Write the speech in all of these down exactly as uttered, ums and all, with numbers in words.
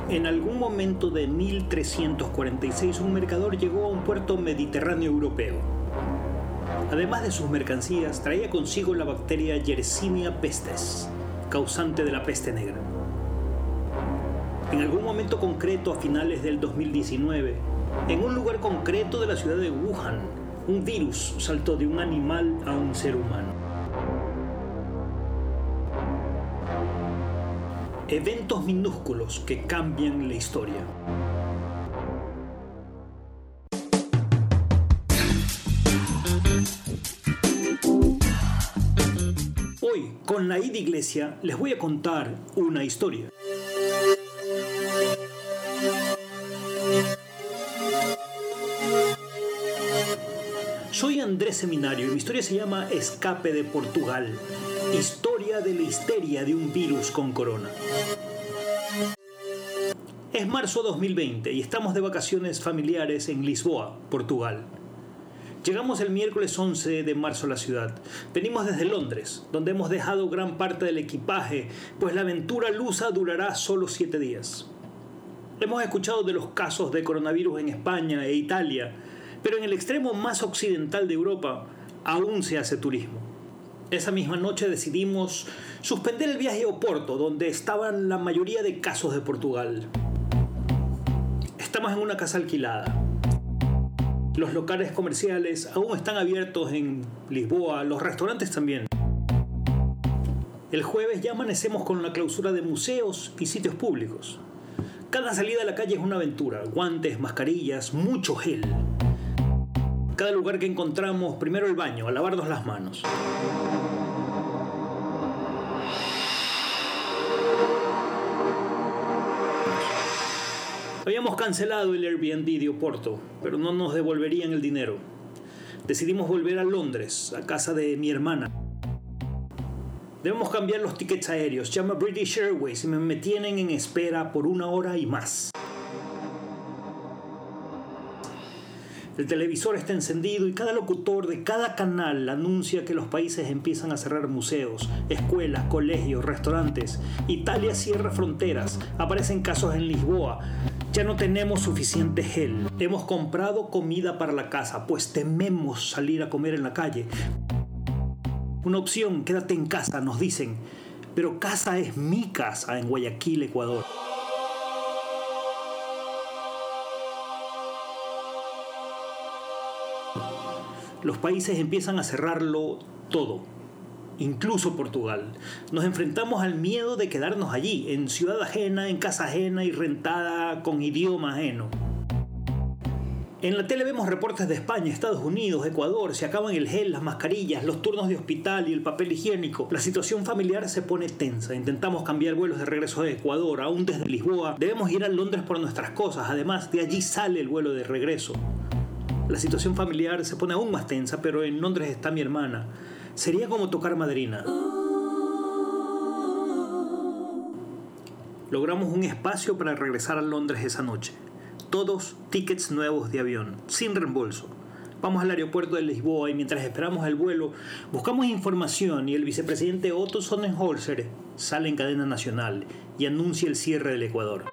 En algún momento de mil trescientos cuarenta y seis, un mercader llegó a un puerto mediterráneo europeo. Además de sus mercancías, traía consigo la bacteria Yersinia pestis, causante de la peste negra. En algún momento concreto, a finales del dos mil diecinueve, en un lugar concreto de la ciudad de Wuhan, un virus saltó de un animal a un ser humano. Eventos minúsculos que cambian la historia. Hoy, con la Ida Iglesia, les voy a contar una historia. Soy Andrés Seminario y mi historia se llama Escape de Portugal. Historia de la histeria de un virus con corona. Es marzo dos mil veinte y estamos de vacaciones familiares en Lisboa, Portugal. Llegamos el miércoles once de marzo a la ciudad. Venimos desde Londres, donde hemos dejado gran parte del equipaje, pues la aventura lusa durará solo siete días. Hemos escuchado de los casos de coronavirus en España e Italia, pero en el extremo más occidental de Europa aún se hace turismo. Esa misma noche decidimos suspender el viaje a Oporto, donde estaban la mayoría de casos de Portugal. Estamos en una casa alquilada. Los locales comerciales aún están abiertos en Lisboa, los restaurantes también. El jueves ya amanecemos con la clausura de museos y sitios públicos. Cada salida a la calle es una aventura, guantes, mascarillas, mucho gel. Cada lugar que encontramos, primero el baño, a lavarnos las manos. Habíamos cancelado el Airbnb de Oporto, pero no nos devolverían el dinero. Decidimos volver a Londres, a casa de mi hermana. Debemos cambiar los tickets aéreos. Llama a British Airways y me, me tienen en espera por una hora y más. El televisor está encendido y cada locutor de cada canal anuncia que los países empiezan a cerrar museos, escuelas, colegios, restaurantes. Italia cierra fronteras. Aparecen casos en Lisboa. Ya no tenemos suficiente gel. Hemos comprado comida para la casa, pues tememos salir a comer en la calle. Una opción, quédate en casa, nos dicen. Pero casa es mi casa en Guayaquil, Ecuador. Los países empiezan a cerrarlo todo, incluso Portugal. Nos enfrentamos al miedo de quedarnos allí, en ciudad ajena, en casa ajena y rentada con idioma ajeno. En la tele vemos reportes de España, Estados Unidos, Ecuador. Se acaban el gel, las mascarillas, los turnos de hospital y el papel higiénico. La situación familiar se pone tensa. Intentamos cambiar vuelos de regreso de Ecuador, aún desde Lisboa. Debemos ir a Londres por nuestras cosas. Además, de allí sale el vuelo de regreso. La situación familiar se pone aún más tensa, pero en Londres está mi hermana. Sería como tocar madrina. Logramos un espacio para regresar a Londres esa noche. Todos tickets nuevos de avión, sin reembolso. Vamos al aeropuerto de Lisboa y mientras esperamos el vuelo, buscamos información y el vicepresidente Otto Sonnenholzer sale en cadena nacional y anuncia el cierre del Ecuador.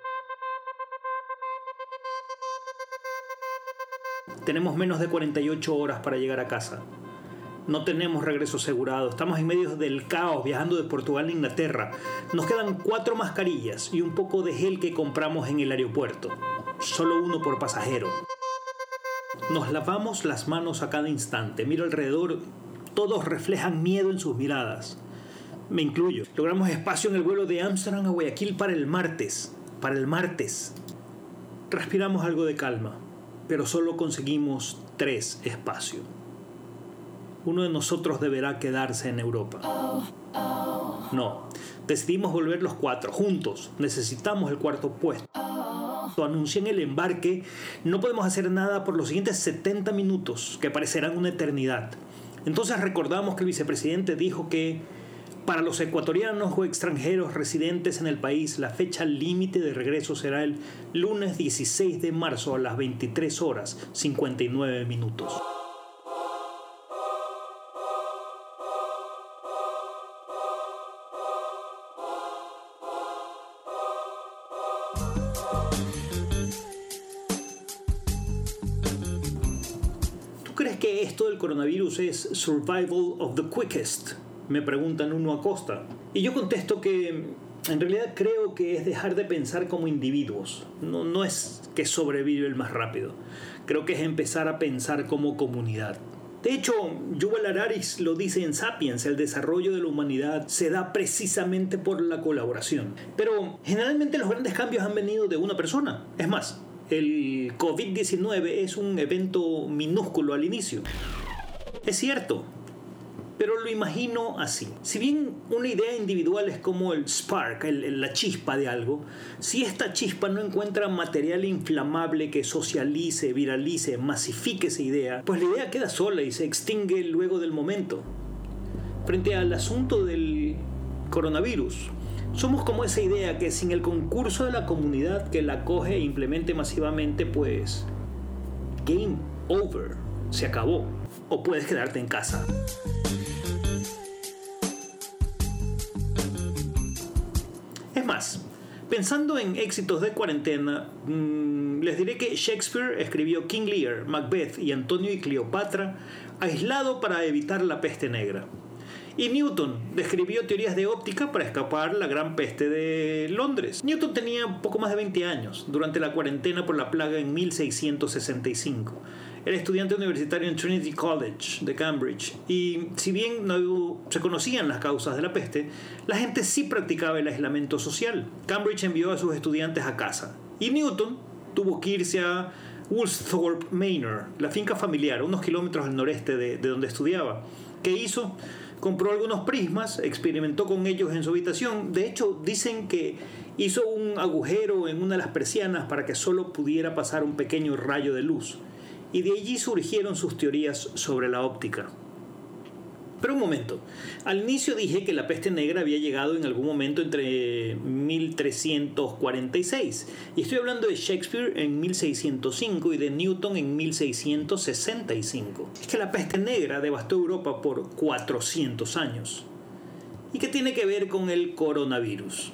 Tenemos menos de cuarenta y ocho horas para llegar a casa. No tenemos regreso asegurado. Estamos en medio del caos viajando de Portugal a Inglaterra. Nos quedan cuatro mascarillas y un poco de gel que compramos en el aeropuerto. Solo uno por pasajero. Nos lavamos las manos a cada instante. Miro alrededor. Todos reflejan miedo en sus miradas. Me incluyo. Logramos espacio en el vuelo de Ámsterdam a Guayaquil para el martes. Para el martes. Respiramos algo de calma. Pero solo conseguimos tres espacios. Uno de nosotros deberá quedarse en Europa. No, decidimos volver los cuatro, juntos. Necesitamos el cuarto puesto. Anuncian el embarque. No podemos hacer nada por los siguientes setenta minutos, que parecerán una eternidad. Entonces recordamos que el vicepresidente dijo que para los ecuatorianos o extranjeros residentes en el país, la fecha límite de regreso será el lunes dieciséis de marzo a las veintitrés horas cincuenta y nueve minutos. que esto del coronavirus es survival of the quickest? Me preguntan uno a costa. Y yo contesto que en realidad creo que es dejar de pensar como individuos. No, no es que sobrevive el más rápido. Creo que es empezar a pensar como comunidad. De hecho, Yuval Harari lo dice en Sapiens, el desarrollo de la humanidad se da precisamente por la colaboración. Pero generalmente los grandes cambios han venido de una persona. Es más, el covid diecinueve es un evento minúsculo al inicio. Es cierto, pero lo imagino así. Si bien una idea individual es como el spark, el, el, la chispa de algo, si esta chispa no encuentra material inflamable que socialice, viralice, masifique esa idea, pues la idea queda sola y se extingue luego del momento. Frente al asunto del coronavirus, somos como esa idea que sin el concurso de la comunidad que la coge e implemente masivamente, pues game over, se acabó. O puedes quedarte en casa. Es más, pensando en éxitos de cuarentena, mmm, les diré que Shakespeare escribió King Lear, Macbeth y Antonio y Cleopatra aislado para evitar la peste negra. Y Newton describió teorías de óptica para escapar la gran peste de Londres. Newton tenía poco más de veinte años durante la cuarentena por la plaga en mil seiscientos sesenta y cinco. Era estudiante universitario en Trinity College de Cambridge y si bien no se conocían las causas de la peste, la gente sí practicaba el aislamiento social. Cambridge envió a sus estudiantes a casa y Newton tuvo que irse a Woolsthorpe Manor, la finca familiar, unos kilómetros al noreste de, de donde estudiaba. ¿Qué hizo? Compró algunos prismas, experimentó con ellos en su habitación. De hecho, dicen que hizo un agujero en una de las persianas para que solo pudiera pasar un pequeño rayo de luz. Y de allí surgieron sus teorías sobre la óptica. Pero un momento, al inicio dije que la peste negra había llegado en algún momento entre mil trescientos cuarenta y seis, y estoy hablando de Shakespeare en mil seiscientos cinco y de Newton en mil seiscientos sesenta y cinco. Es que la peste negra devastó Europa por cuatrocientos años. ¿Y qué tiene que ver con el coronavirus?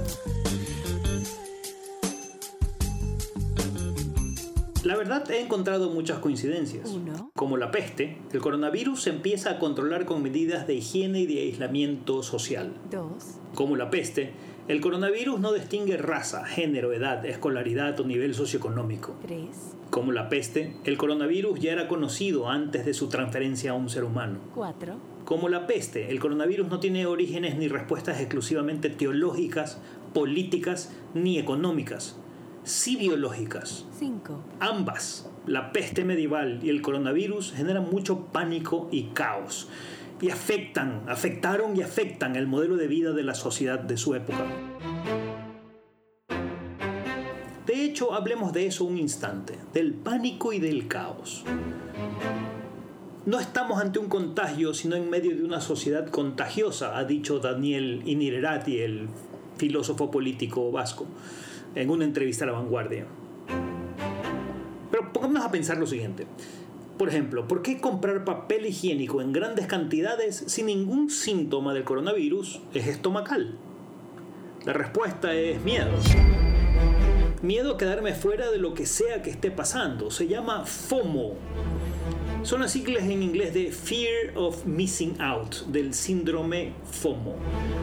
La verdad, he encontrado muchas coincidencias. Uno. Como la peste, el coronavirus se empieza a controlar con medidas de higiene y de aislamiento social. Dos. Como la peste, el coronavirus no distingue raza, género, edad, escolaridad o nivel socioeconómico. Tres. Como la peste, el coronavirus ya era conocido antes de su transferencia a un ser humano. Cuatro. Como la peste, el coronavirus no tiene orígenes ni respuestas exclusivamente teológicas, políticas ni económicas. Sí biológicas. Cinco. Ambas, la peste medieval y el coronavirus, generan mucho pánico y caos y afectan, afectaron y afectan el modelo de vida de la sociedad de su época. De hecho, hablemos de eso un instante, del pánico y del caos. No estamos ante un contagio, sino en medio de una sociedad contagiosa, ha dicho Daniel Innerarity, el filósofo político vasco, en una entrevista a La Vanguardia. Pero pongámonos a pensar lo siguiente. Por ejemplo, ¿por qué comprar papel higiénico en grandes cantidades sin ningún síntoma del coronavirus es estomacal? La respuesta es miedo. Miedo a quedarme fuera de lo que sea que esté pasando. Se llama FOMO. Son las siglas en inglés de Fear of Missing Out, del síndrome FOMO,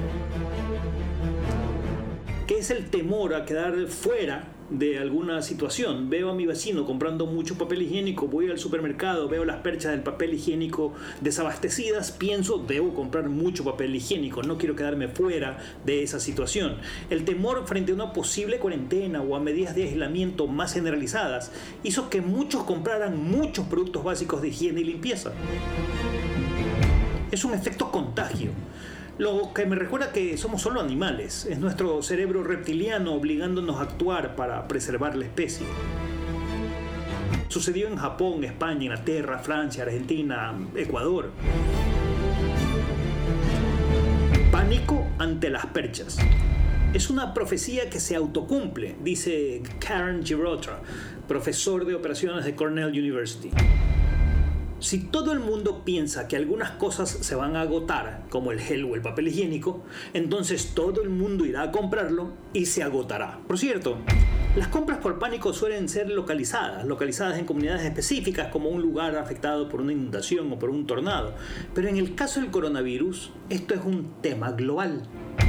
que es el temor a quedar fuera de alguna situación. Veo a mi vecino comprando mucho papel higiénico, voy al supermercado, veo las perchas del papel higiénico desabastecidas, pienso, debo comprar mucho papel higiénico, no quiero quedarme fuera de esa situación. El temor frente a una posible cuarentena o a medidas de aislamiento más generalizadas hizo que muchos compraran muchos productos básicos de higiene y limpieza. Es un efecto contagio. Lo que me recuerda que somos solo animales, es nuestro cerebro reptiliano obligándonos a actuar para preservar la especie. Sucedió en Japón, España, Inglaterra, Francia, Argentina, Ecuador. Pánico ante las perchas. Es una profecía que se autocumple, dice Karen Girotra, profesor de operaciones de Cornell University. Si todo el mundo piensa que algunas cosas se van a agotar, como el gel o el papel higiénico, entonces todo el mundo irá a comprarlo y se agotará. Por cierto, Las compras por pánico suelen ser localizadas, localizadas en comunidades específicas como un lugar afectado por una inundación o por un tornado. Pero en el caso del coronavirus, esto es un tema global.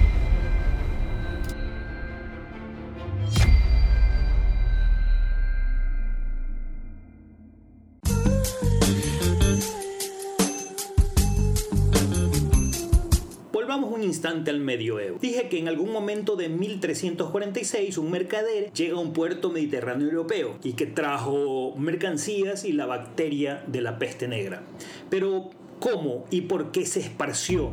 Volvamos un instante al medioevo. Dije que en algún momento de mil trescientos cuarenta y seis un mercader llega a un puerto mediterráneo europeo y que trajo mercancías y la bacteria de la peste negra. Pero, ¿cómo y por qué se esparció?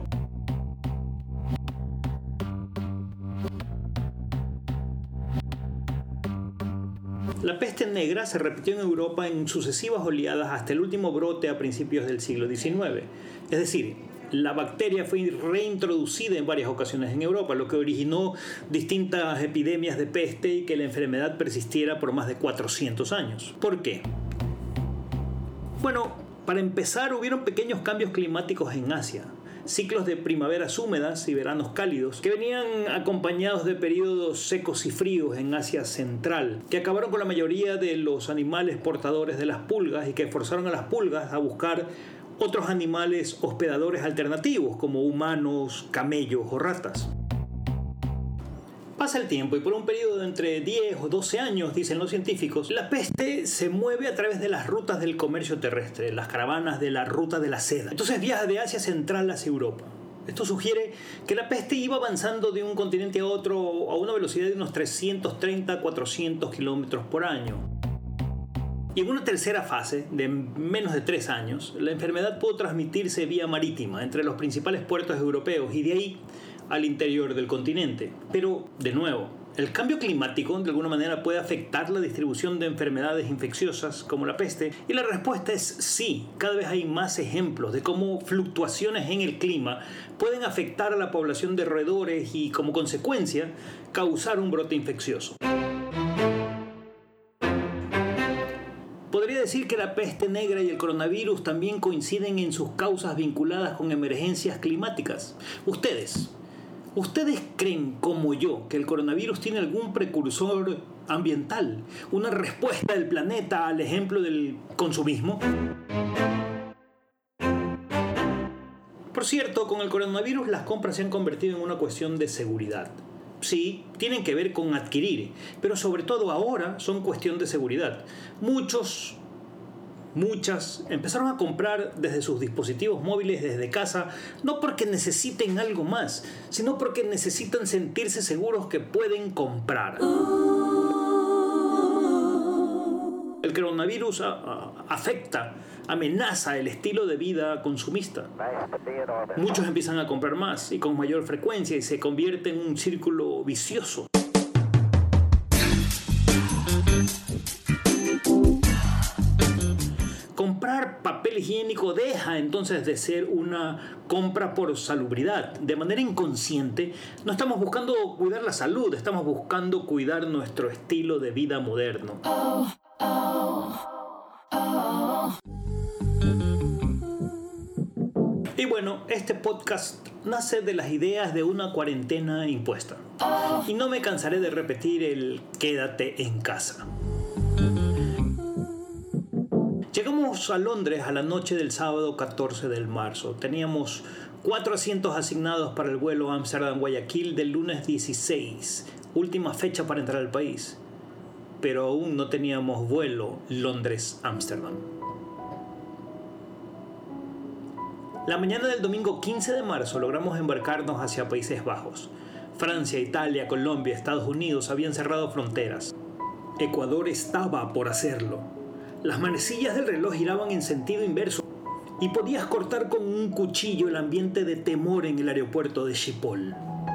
La peste negra se repitió en Europa en sucesivas oleadas hasta el último brote a principios del siglo diecinueve. Es decir, la bacteria fue reintroducida en varias ocasiones en Europa, lo que originó distintas epidemias de peste y que la enfermedad persistiera por más de cuatrocientos años. ¿Por qué? Bueno, para empezar, hubieron pequeños cambios climáticos en Asia. Ciclos de primaveras húmedas y veranos cálidos que venían acompañados de periodos secos y fríos en Asia Central, que acabaron con la mayoría de los animales portadores de las pulgas y que forzaron a las pulgas a buscar otros animales hospedadores alternativos como humanos, camellos o ratas. Pasa el tiempo y por un periodo de entre diez o doce años, dicen los científicos, la peste se mueve a través de las rutas del comercio terrestre, las caravanas de la ruta de la seda. Entonces viaja de Asia Central hacia Europa. Esto sugiere que la peste iba avanzando de un continente a otro a una velocidad de unos trescientos treinta a cuatrocientos kilómetros por año. Y en una tercera fase, de menos de tres años, la enfermedad pudo transmitirse vía marítima entre los principales puertos europeos y de ahí al interior del continente. Pero, de nuevo, el cambio climático de alguna manera puede afectar la distribución de enfermedades infecciosas como la peste, y la respuesta es sí. Cada vez hay más ejemplos de cómo fluctuaciones en el clima pueden afectar a la población de roedores y, como consecuencia, causar un brote infeccioso. Podría decir que la peste negra y el coronavirus también coinciden en sus causas vinculadas con emergencias climáticas. Ustedes, ¿ustedes creen como yo que el coronavirus tiene algún precursor ambiental? ¿Una respuesta del planeta al ejemplo del consumismo? Por cierto, con el coronavirus las compras se han convertido en una cuestión de seguridad. Sí, tienen que ver con adquirir, pero sobre todo ahora son cuestión de seguridad. Muchos, muchas empezaron a comprar desde sus dispositivos móviles, desde casa, no porque necesiten algo más, sino porque necesitan sentirse seguros que pueden comprar. El coronavirus a, a, afecta, amenaza el estilo de vida consumista. Muchos empiezan a comprar más y con mayor frecuencia y se convierte en un círculo vicioso. Comprar papel higiénico deja entonces de ser una compra por salubridad. De manera inconsciente, no estamos buscando cuidar la salud, estamos buscando cuidar nuestro estilo de vida moderno. Oh, oh, oh. Y bueno, este podcast nace de las ideas de una cuarentena impuesta. Y no me cansaré de repetir el quédate en casa. Llegamos a Londres a la noche del sábado catorce de marzo. Teníamos cuatro asientos asignados para el vuelo Ámsterdam-Guayaquil del lunes dieciséis, última fecha para entrar al país. Pero aún no teníamos vuelo Londres-Ámsterdam. La mañana del domingo quince de marzo logramos embarcarnos hacia Países Bajos. Francia, Italia, Colombia, Estados Unidos habían cerrado fronteras. Ecuador estaba por hacerlo. Las manecillas del reloj giraban en sentido inverso y podías cortar con un cuchillo el ambiente de temor en el aeropuerto de Schiphol.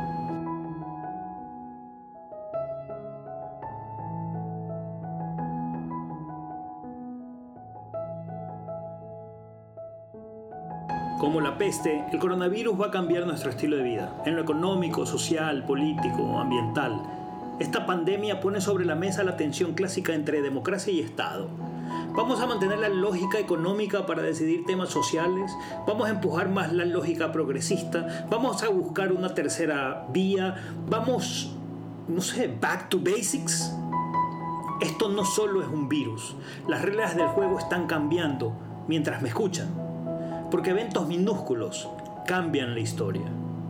Como la peste, el coronavirus va a cambiar nuestro estilo de vida, en lo económico, social, político, ambiental. Esta pandemia pone sobre la mesa la tensión clásica entre democracia y Estado. Vamos a mantener la lógica económica para decidir temas sociales, vamos a empujar más la lógica progresista, vamos a buscar una tercera vía, vamos, no sé, back to basics. Esto no solo es un virus, las reglas del juego están cambiando mientras me escuchan, porque eventos minúsculos cambian la historia.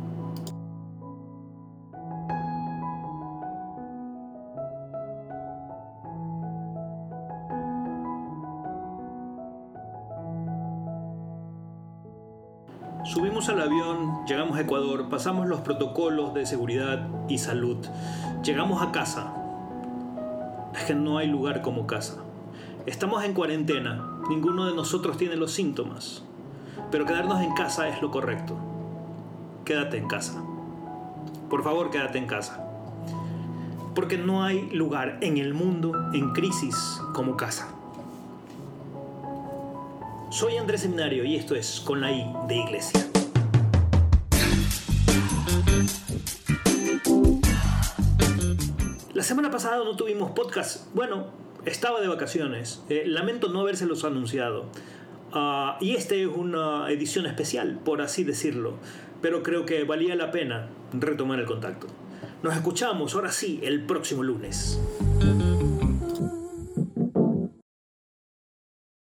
Subimos al avión, llegamos a Ecuador, pasamos los protocolos de seguridad y salud. Llegamos a casa. Es que no hay lugar como casa. Estamos en cuarentena, ninguno de nosotros tiene los síntomas. Pero quedarnos en casa es lo correcto. Quédate en casa. Por favor, quédate en casa. Porque no hay lugar en el mundo en crisis como casa. Soy Andrés Seminario y esto es Con la I de Iglesia. La semana pasada no tuvimos podcast. Bueno, estaba de vacaciones. Eh, lamento no habérselos anunciado. Uh, y esta es una edición especial, por así decirlo. Pero creo que valía la pena retomar el contacto. Nos escuchamos, ahora sí, el próximo lunes.